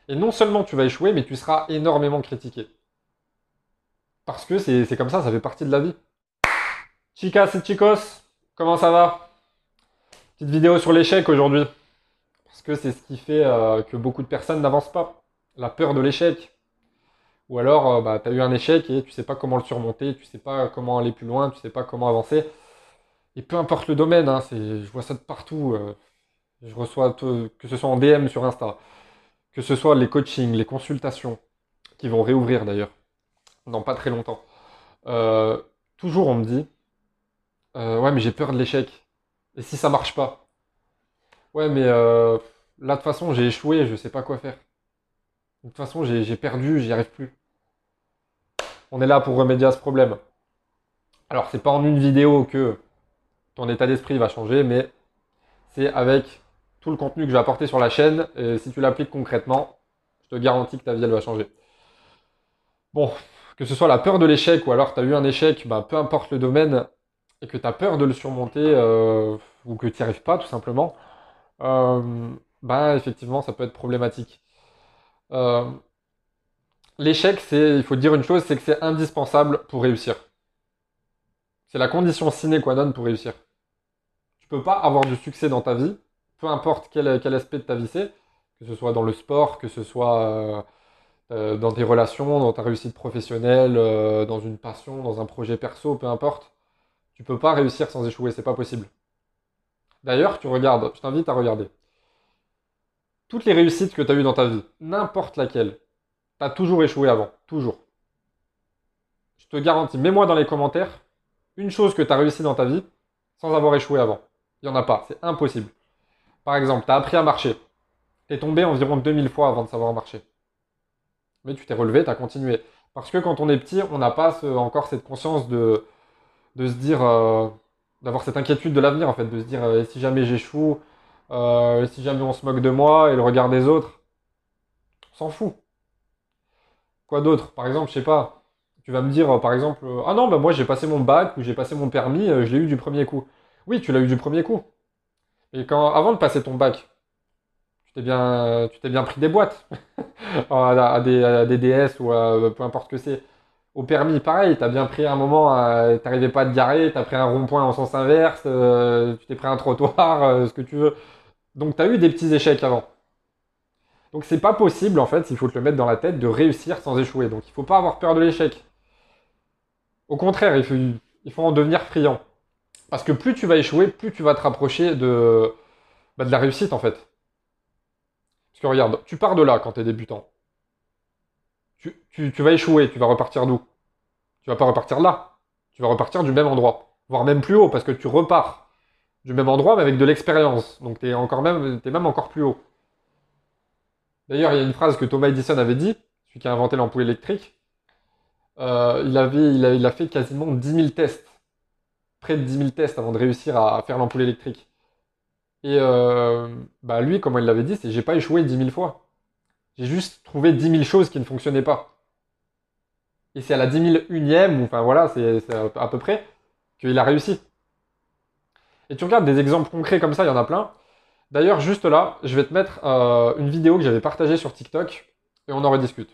Et non seulement tu vas échouer, mais tu seras énormément critiqué. Parce que c'est comme ça fait partie de la vie. Chicas et chicos, comment ça va? Petite vidéo sur l'échec aujourd'hui. Parce que c'est ce qui fait que beaucoup de personnes n'avancent pas. La peur de l'échec. Ou alors, bah, tu as eu un échec et tu sais pas comment le surmonter, tu sais pas comment aller plus loin, tu sais pas comment avancer. Et peu importe le domaine, hein, je vois ça de partout. Je reçois que ce soit en DM sur Insta, que ce soit les coachings, les consultations, qui vont réouvrir d'ailleurs, dans pas très longtemps. Euh, Toujours on me dit, ouais mais j'ai peur de l'échec. Et si ça marche pas? Ouais mais là de toute façon j'ai échoué, je sais pas quoi faire. De toute façon j'ai perdu, j'y arrive plus. On est là pour remédier à ce problème. Alors c'est pas en une vidéo que ton état d'esprit va changer, mais c'est avec tout le contenu que je vais apporter sur la chaîne. Et si tu l'appliques concrètement, je te garantis que ta vie elle va changer. Bon, que ce soit la peur de l'échec ou alors tu as eu un échec, bah, peu importe le domaine, et que tu as peur de le surmonter ou que tu n'y arrives pas tout simplement, bah effectivement ça peut être problématique. Euh, L'échec, il faut dire une chose, c'est que c'est indispensable pour réussir. C'est la condition sine qua non pour réussir. Tu peux pas avoir du succès dans ta vie, peu importe quel aspect de ta vie c'est, que ce soit dans le sport, que ce soit dans tes relations, dans ta réussite professionnelle, dans une passion, dans un projet perso, peu importe. Tu peux pas réussir sans échouer, c'est pas possible. D'ailleurs, tu regardes, je t'invite à regarder. Toutes les réussites que tu as eues dans ta vie, n'importe laquelle, tu as toujours échoué avant, toujours. Je te garantis, mets-moi dans les commentaires une chose que tu as réussi dans ta vie sans avoir échoué avant. Il n'y en a pas, c'est impossible. Par exemple, tu as appris à marcher. Tu es tombé environ 2000 fois avant de savoir marcher. Mais tu t'es relevé, tu as continué. Parce que quand on est petit, on n'a pas encore cette conscience de se dire, d'avoir cette inquiétude de l'avenir en fait, de se dire, et si jamais j'échoue, et si jamais on se moque de moi et le regard des autres, on s'en fout. Quoi d'autre? Par exemple, je sais pas, tu vas me dire, par exemple, ah non, bah moi j'ai passé mon bac ou j'ai passé mon permis, je l'ai eu du premier coup. Oui, tu l'as eu du premier coup. Et avant de passer ton bac, tu t'es bien pris des boîtes à des DS ou à peu importe ce que c'est. Au permis, pareil, t'as bien pris un moment, t'arrivais pas à te garer, t'as pris un rond-point en sens inverse, tu t'es pris un trottoir, ce que tu veux. Donc t'as eu des petits échecs avant. Donc c'est pas possible en fait, il faut te le mettre dans la tête, de réussir sans échouer. Donc il faut pas avoir peur de l'échec. Au contraire, il faut en devenir friand. Parce que plus tu vas échouer, plus tu vas te rapprocher de la réussite en fait. Parce que regarde, tu pars de là quand t'es débutant. Tu vas échouer, tu vas repartir d'où? Tu vas pas repartir là. Tu vas repartir du même endroit. Voire même plus haut, parce que tu repars du même endroit, mais avec de l'expérience. Donc t'es même encore plus haut. D'ailleurs, il y a une phrase que Thomas Edison avait dit, celui qui a inventé l'ampoule électrique. Il a fait quasiment 10 000 tests, près de 10 000 tests avant de réussir à faire l'ampoule électrique. Et bah lui, comment il l'avait dit, c'est j'ai pas échoué 10 000 fois. J'ai juste trouvé 10 000 choses qui ne fonctionnaient pas. Et c'est à la 10 001ème, ou enfin voilà, c'est à peu près, qu'il a réussi. Et tu regardes des exemples concrets comme ça, il y en a plein. D'ailleurs, juste là, je vais te mettre une vidéo que j'avais partagée sur TikTok et on en rediscute.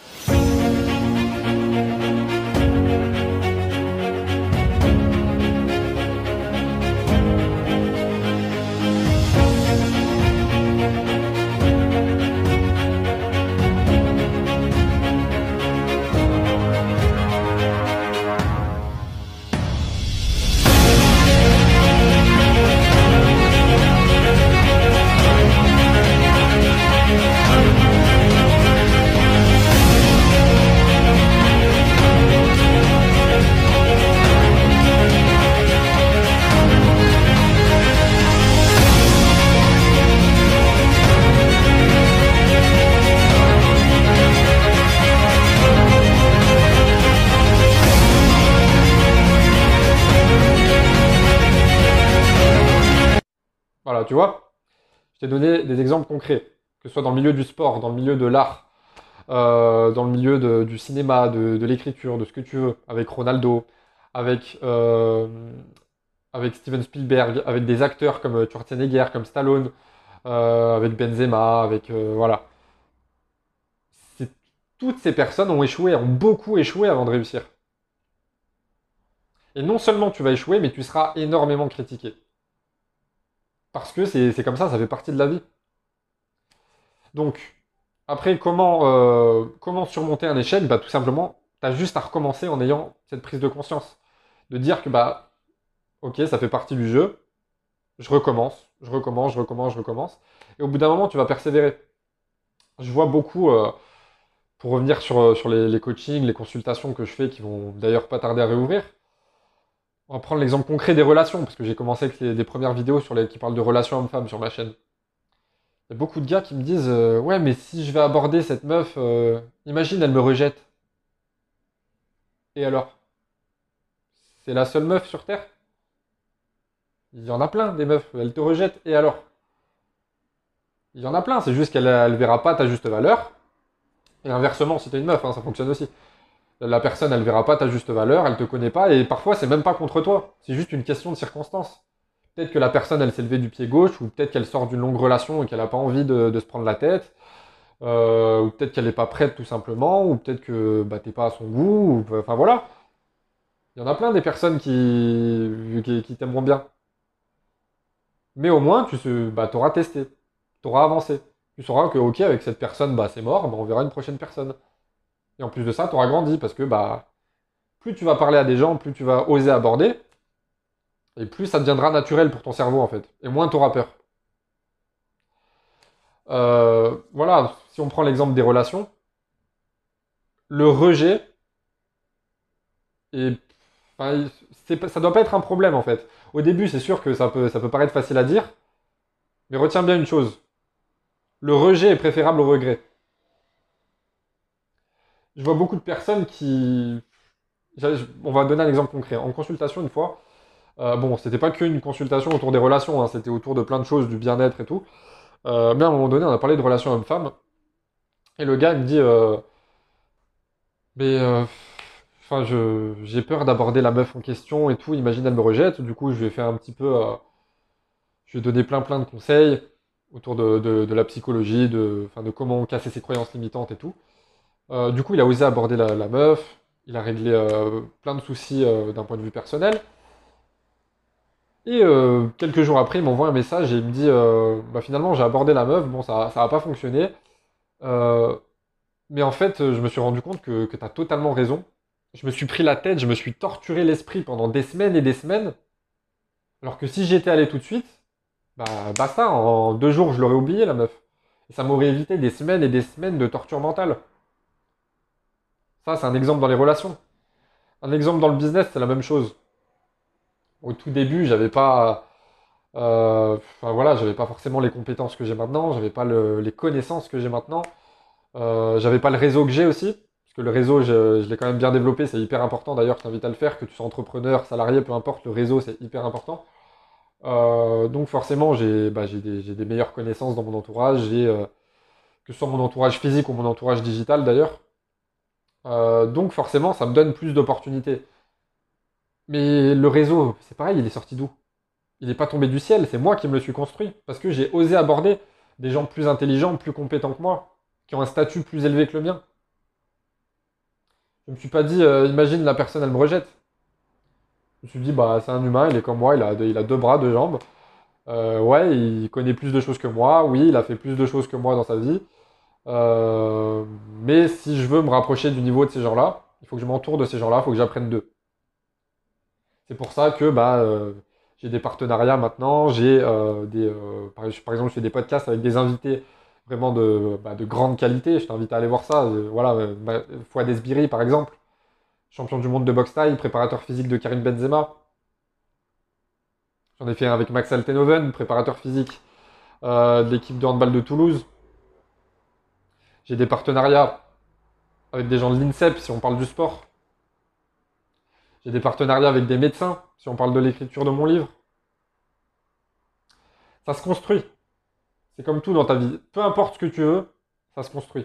Voilà, tu vois, je t'ai donné des exemples concrets, que ce soit dans le milieu du sport, dans le milieu de l'art, dans le milieu du cinéma, de l'écriture, de ce que tu veux, avec Ronaldo, avec, euh, avec Steven Spielberg, avec des acteurs comme Schwarzenegger, comme Stallone, avec Benzema, avec voilà. toutes ces personnes ont échoué, ont beaucoup échoué avant de réussir. Et non seulement tu vas échouer, mais tu seras énormément critiqué. Parce que c'est comme ça fait partie de la vie. Donc, après, comment surmonter un échec? Bah, tout simplement, tu as juste à recommencer en ayant cette prise de conscience. De dire que, bah, ok, ça fait partie du jeu, je recommence, je recommence, je recommence, je recommence. Et au bout d'un moment, tu vas persévérer. Je vois beaucoup, pour revenir sur les coachings, les consultations que je fais, qui vont d'ailleurs pas tarder à réouvrir. On va prendre l'exemple concret des relations, parce que j'ai commencé avec des premières vidéos qui parlent de relations hommes-femmes sur ma chaîne. Il y a beaucoup de gars qui me disent ouais, mais si je vais aborder cette meuf, imagine, elle me rejette. Et alors? C'est la seule meuf sur Terre? Il y en a plein des meufs, elle te rejette, et alors? Il y en a plein, c'est juste qu'elle verra pas ta juste valeur. Et inversement, si t'es une meuf, hein, ça fonctionne aussi. La personne, elle verra pas ta juste valeur, elle te connaît pas, et parfois c'est même pas contre toi, c'est juste une question de circonstance. Peut-être que la personne, elle s'est levée du pied gauche, ou peut-être qu'elle sort d'une longue relation et qu'elle a pas envie de se prendre la tête, ou peut-être qu'elle n'est pas prête tout simplement, ou peut-être que bah, t'es pas à son goût, enfin voilà. Il y en a plein des personnes qui t'aimeront bien. Mais au moins, bah, t'auras testé, t'auras avancé. Tu sauras que ok, avec cette personne, bah, c'est mort, bah, on verra une prochaine personne. Et en plus de ça, t'auras grandi, parce que bah, plus tu vas parler à des gens, plus tu vas oser aborder, et plus ça deviendra naturel pour ton cerveau en fait. Et moins t'auras peur. Voilà, si on prend l'exemple des relations, le rejet, et, enfin, ça doit pas être un problème en fait. Au début, c'est sûr que ça peut paraître facile à dire, mais retiens bien une chose. Le rejet est préférable au regret. Je vois beaucoup de personnes qui... On va donner un exemple concret. En consultation, une fois, bon, c'était pas qu'une consultation autour des relations, hein, c'était autour de plein de choses, du bien-être et tout. Mais à un moment donné, on a parlé de relations hommes-femmes, et le gars il me dit, mais enfin, j'ai peur d'aborder la meuf en question et tout. Imagine, elle me rejette. Du coup, je vais faire un petit peu, je vais donner plein de conseils autour de la psychologie, enfin, de comment casser ses croyances limitantes et tout. Du coup, il a osé aborder la meuf. Il a réglé plein de soucis d'un point de vue personnel. Et quelques jours après, il m'envoie un message et il me dit, bah, finalement, j'ai abordé la meuf. Bon, ça a pas fonctionné. Euh, mais en fait, je me suis rendu compte que tu as totalement raison. Je me suis pris la tête, je me suis torturé l'esprit pendant des semaines et des semaines. Alors que si j'étais allé tout de suite, bah basta, en 2 jours, je l'aurais oublié, la meuf. Et ça m'aurait évité des semaines et des semaines de torture mentale. Ça, c'est un exemple dans les relations. Un exemple dans le business, c'est la même chose. Au tout début, j'avais pas, enfin voilà, j'avais pas forcément les compétences que j'ai maintenant, j'avais pas les connaissances que j'ai maintenant, j'avais pas le réseau que j'ai aussi, parce que le réseau, je l'ai quand même bien développé, c'est hyper important d'ailleurs, je t'invite à le faire, que tu sois entrepreneur, salarié, peu importe, le réseau, c'est hyper important. Donc forcément, j'ai des meilleures connaissances dans mon entourage, que ce soit mon entourage physique ou mon entourage digital d'ailleurs. Donc forcément, ça me donne plus d'opportunités. Mais le réseau, c'est pareil, il est sorti d'où? Il n'est pas tombé du ciel, c'est moi qui me le suis construit. Parce que j'ai osé aborder des gens plus intelligents, plus compétents que moi, qui ont un statut plus élevé que le mien. Je me suis pas dit, imagine la personne, elle me rejette. Je me suis dit, bah c'est un humain, il est comme moi, il a 2 bras, 2 jambes. Ouais, il connaît plus de choses que moi, oui, il a fait plus de choses que moi dans sa vie. Mais si je veux me rapprocher du niveau de ces gens-là, il faut que je m'entoure de ces gens-là, il faut que j'apprenne d'eux. C'est pour ça que bah, j'ai des partenariats maintenant, par exemple, je fais des podcasts avec des invités vraiment de grande qualité. Je t'invite à aller voir ça. Voilà, Fouad Esbiri, par exemple, champion du monde de boxe thaï, préparateur physique de Karim Benzema. J'en ai fait un avec Max Altenhoven, préparateur physique de l'équipe de handball de Toulouse. J'ai des partenariats avec des gens de l'INSEP, si on parle du sport. J'ai des partenariats avec des médecins, si on parle de l'écriture de mon livre. Ça se construit. C'est comme tout dans ta vie. Peu importe ce que tu veux, ça se construit.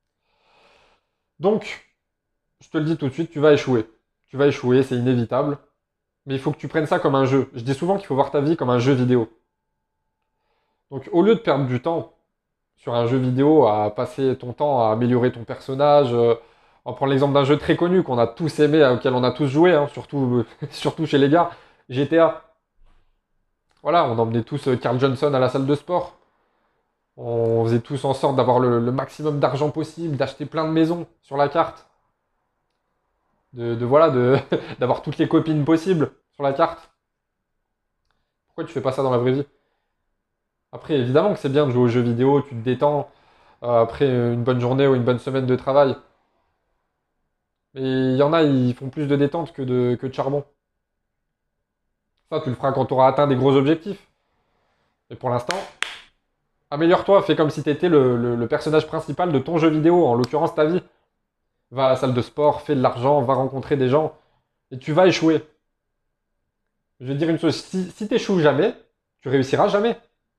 Donc, je te le dis tout de suite, tu vas échouer. Tu vas échouer, c'est inévitable. Mais il faut que tu prennes ça comme un jeu. Je dis souvent qu'il faut voir ta vie comme un jeu vidéo. Donc, au lieu de perdre du temps sur un jeu vidéo à passer ton temps à améliorer ton personnage. On va prendre l'exemple d'un jeu très connu qu'on a tous aimé, auquel on a tous joué, hein, surtout, surtout chez les gars, GTA. Voilà, on emmenait tous Carl Johnson à la salle de sport. On faisait tous en sorte d'avoir le maximum d'argent possible, d'acheter plein de maisons sur la carte, voilà, d'avoir toutes les copines possibles sur la carte. Pourquoi tu fais pas ça dans la vraie vie? Après, évidemment que c'est bien de jouer aux jeux vidéo, tu te détends après une bonne journée ou une bonne semaine de travail. Mais il y en a, ils font plus de détente que de charbon. Ça, tu le feras quand tu auras atteint des gros objectifs. Et pour l'instant, améliore-toi, fais comme si tu étais le personnage principal de ton jeu vidéo, en l'occurrence ta vie. Va à la salle de sport, fais de l'argent, va rencontrer des gens, et tu vas échouer. Je vais te dire une chose, si tu échoues jamais, tu réussiras jamais.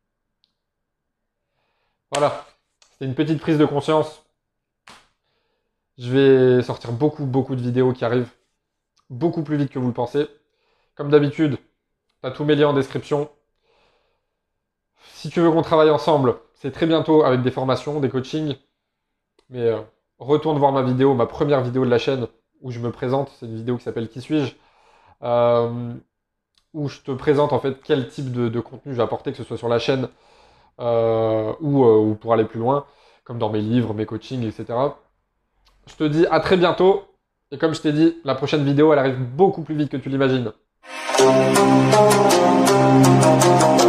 Voilà, c'était une petite prise de conscience. Je vais sortir beaucoup de vidéos qui arrivent beaucoup plus vite que vous le pensez. Comme d'habitude, tu as tous mes liens en description. Si tu veux qu'on travaille ensemble, c'est très bientôt avec des formations, des coachings. Mais retourne voir ma vidéo, ma première vidéo de la chaîne, où je me présente. C'est une vidéo qui s'appelle Qui suis-je où je te présente en fait quel type de contenu je vais apporter, que ce soit sur la chaîne ou pour aller plus loin, comme dans mes livres, mes coachings, etc. Je te dis à très bientôt. Et comme je t'ai dit, la prochaine vidéo, elle arrive beaucoup plus vite que tu l'imagines.